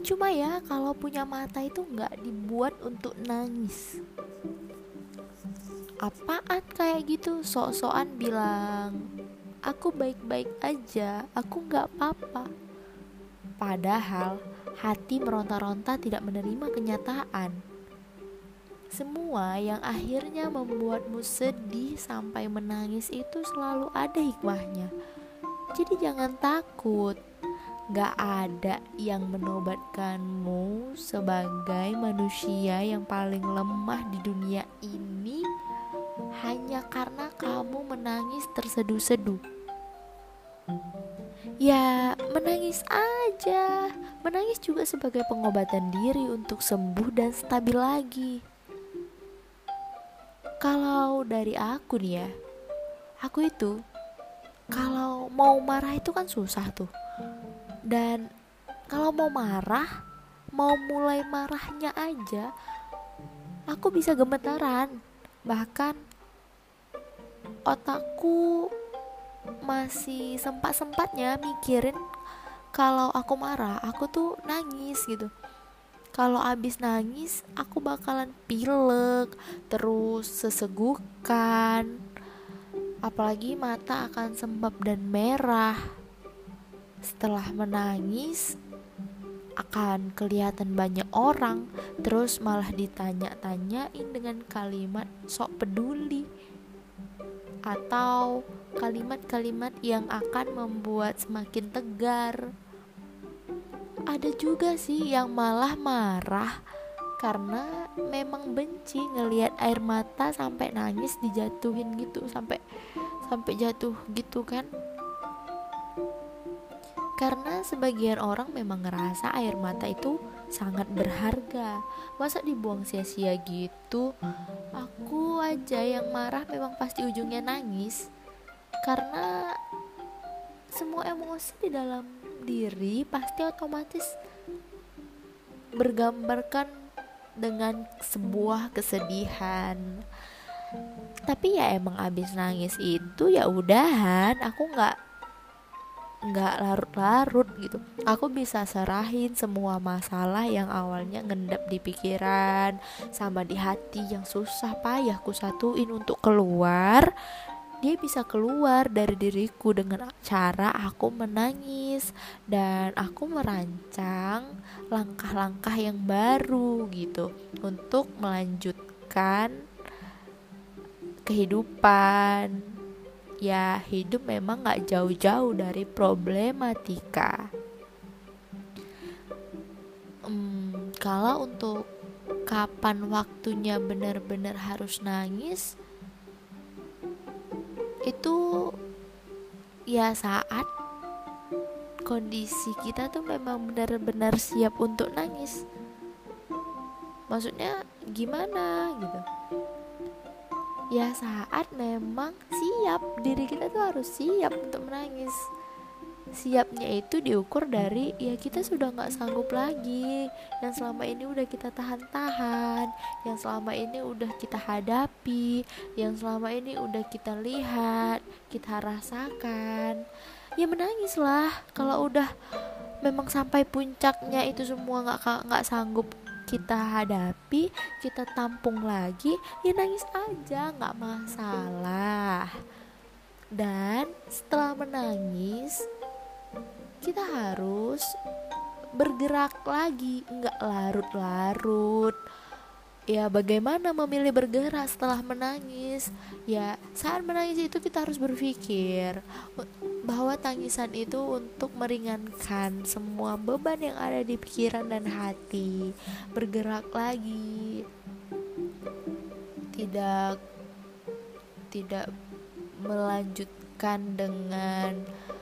Cuma ya, kalau punya mata itu nggak dibuat untuk nangis. Apaan kayak gitu, sok-sokan bilang aku baik-baik aja, aku nggak apa-apa. Padahal hati meronta-ronta tidak menerima kenyataan. Semua yang akhirnya membuatmu sedih sampai menangis itu selalu ada hikmahnya. Jadi jangan takut. Gak ada yang menobatkanmu sebagai manusia yang paling lemah di dunia ini hanya karena kamu menangis terseduh-seduh. Ya, menangis aja. Menangis juga sebagai pengobatan diri untuk sembuh dan stabil lagi. Kalau dari aku nih ya, aku itu kalau mau marah itu kan susah tuh. Dan kalau mau marah, mau mulai marahnya aja, aku bisa gemetaran. Bahkan otakku masih sempat-sempatnya mikirin kalau aku marah, aku tuh nangis gitu. Kalau abis nangis, aku bakalan pilek, terus sesegukan, apalagi mata akan sembab dan merah. Setelah menangis, akan kelihatan banyak orang, terus malah ditanya-tanyain dengan kalimat sok peduli atau kalimat-kalimat yang akan membuat semakin tegar. Ada juga sih yang malah marah karena memang benci ngelihat air mata sampai nangis dijatuhin gitu, sampai sampai jatuh gitu kan. Karena sebagian orang memang ngerasa air mata itu sangat berharga. Masa dibuang sia-sia gitu? Aku aja yang marah memang pasti ujungnya nangis. Karena semua emosi di dalam diri pasti otomatis bergambarkan dengan sebuah kesedihan. Tapi ya emang abis nangis itu ya udahan, aku nggak larut-larut gitu. Aku bisa serahin semua masalah yang awalnya ngendap di pikiran sama di hati yang susah payah ku satuin untuk keluar. Dia bisa keluar dari diriku dengan cara aku menangis dan aku merancang langkah-langkah yang baru gitu untuk melanjutkan kehidupan. Ya, hidup memang gak jauh-jauh dari problematika. Kalau untuk kapan waktunya benar-benar harus nangis, itu ya saat kondisi kita tuh memang benar-benar siap untuk nangis. Maksudnya gimana gitu? Ya saat memang siap, diri kita tuh harus siap untuk menangis. Siapnya itu diukur dari ya kita sudah gak sanggup lagi, yang selama ini udah kita tahan-tahan, yang selama ini udah kita hadapi, yang selama ini udah kita lihat, kita rasakan. Ya menangislah. Kalau udah memang sampai puncaknya itu semua gak sanggup kita hadapi, kita tampung lagi, ya nangis aja, nggak masalah. Dan setelah menangis, kita harus bergerak lagi, nggak larut-larut. Ya bagaimana memilih bergerak setelah menangis? Ya saat menangis itu kita harus berpikir bahwa tangisan itu untuk meringankan semua beban yang ada di pikiran dan hati. Bergerak lagi, tidak tidak melanjutkan dengan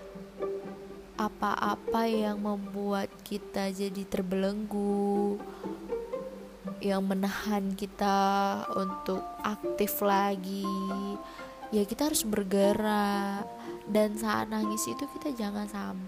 apa-apa yang membuat kita jadi terbelenggu, yang menahan kita untuk aktif lagi. Ya kita harus bergerak. Dan saat nangis itu kita jangan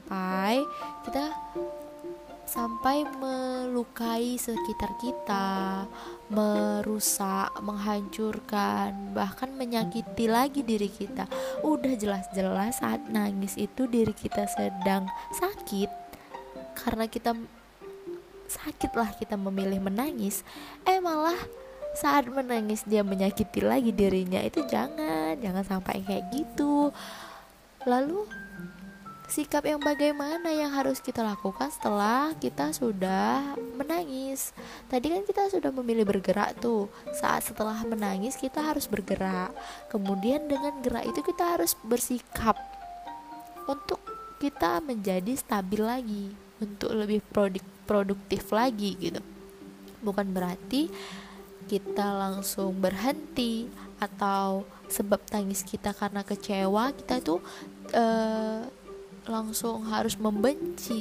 sampai melukai sekitar kita, merusak, menghancurkan, bahkan menyakiti lagi diri kita. Udah jelas-jelas saat nangis itu diri kita sedang sakit karena kita sakit lah kita memilih menangis, malah saat menangis dia menyakiti lagi dirinya. Itu jangan sampai kayak gitu. Lalu sikap yang bagaimana yang harus kita lakukan setelah kita sudah menangis? Tadi kan kita sudah memilih bergerak tuh. Saat setelah menangis kita harus bergerak. Kemudian dengan gerak itu kita harus bersikap untuk kita menjadi stabil lagi, untuk lebih produktif lagi gitu. Bukan berarti kita langsung berhenti, atau sebab tangis kita karena kecewa kita tuh langsung harus membenci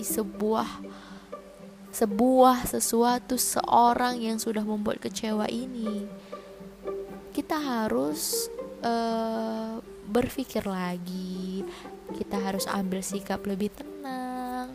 sesuatu, seorang yang sudah membuat kecewa ini. Kita harus berpikir lagi, kita harus ambil sikap lebih tenang,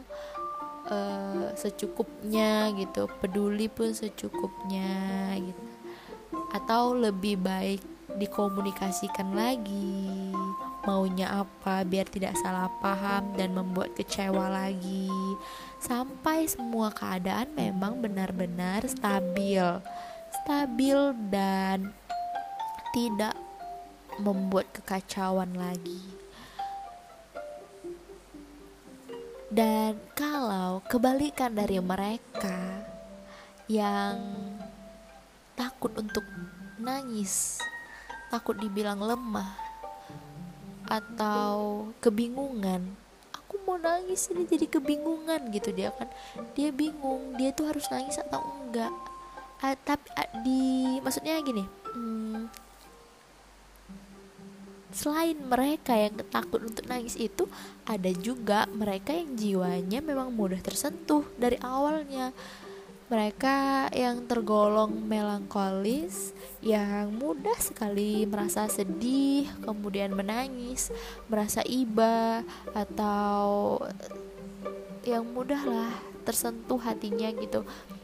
secukupnya gitu, peduli pun secukupnya gitu, atau lebih baik dikomunikasikan lagi maunya apa biar tidak salah paham dan membuat kecewa lagi, sampai semua keadaan memang benar-benar stabil dan tidak membuat kekacauan lagi. Dan kalau kebalikan dari mereka yang takut untuk nangis, takut dibilang lemah, atau kebingungan, aku mau nangis ini jadi kebingungan gitu, dia bingung dia tuh harus nangis atau enggak. Tapi maksudnya gini, selain mereka yang takut untuk nangis itu, ada juga mereka yang jiwanya memang mudah tersentuh dari awalnya. Mereka yang tergolong melankolis, yang mudah sekali merasa sedih, kemudian menangis, merasa iba, atau yang mudahlah tersentuh hatinya gitu,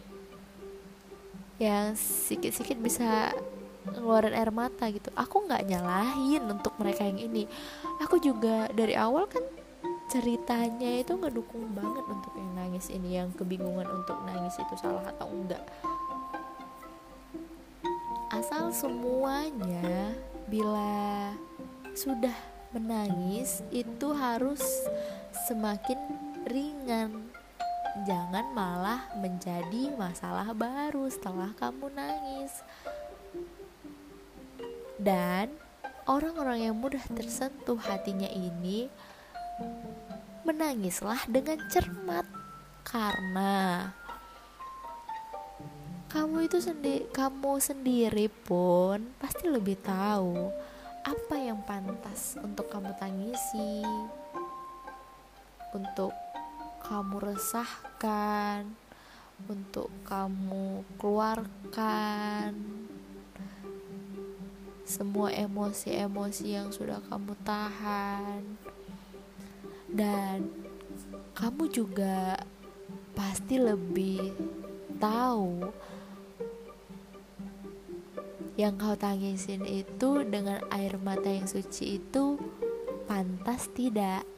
yang sikit-sikit bisa ngeluarin air mata gitu. Aku nggak nyalahin untuk mereka yang ini. Aku juga dari awal kan ceritanya itu ngedukung banget untuk yang nangis ini, yang kebingungan untuk nangis itu salah atau enggak. Asal semuanya bila sudah menangis itu harus semakin ringan, jangan malah menjadi masalah baru setelah kamu nangis. Dan orang-orang yang mudah tersentuh hatinya ini, menangislah dengan cermat, karena kamu sendiri pun pasti lebih tahu apa yang pantas untuk kamu tangisi, untuk kamu resahkan, untuk kamu keluarkan semua emosi-emosi yang sudah kamu tahan. Dan kamu juga pasti lebih tahu yang kau tangisin itu dengan air mata yang suci itu pantas tidak.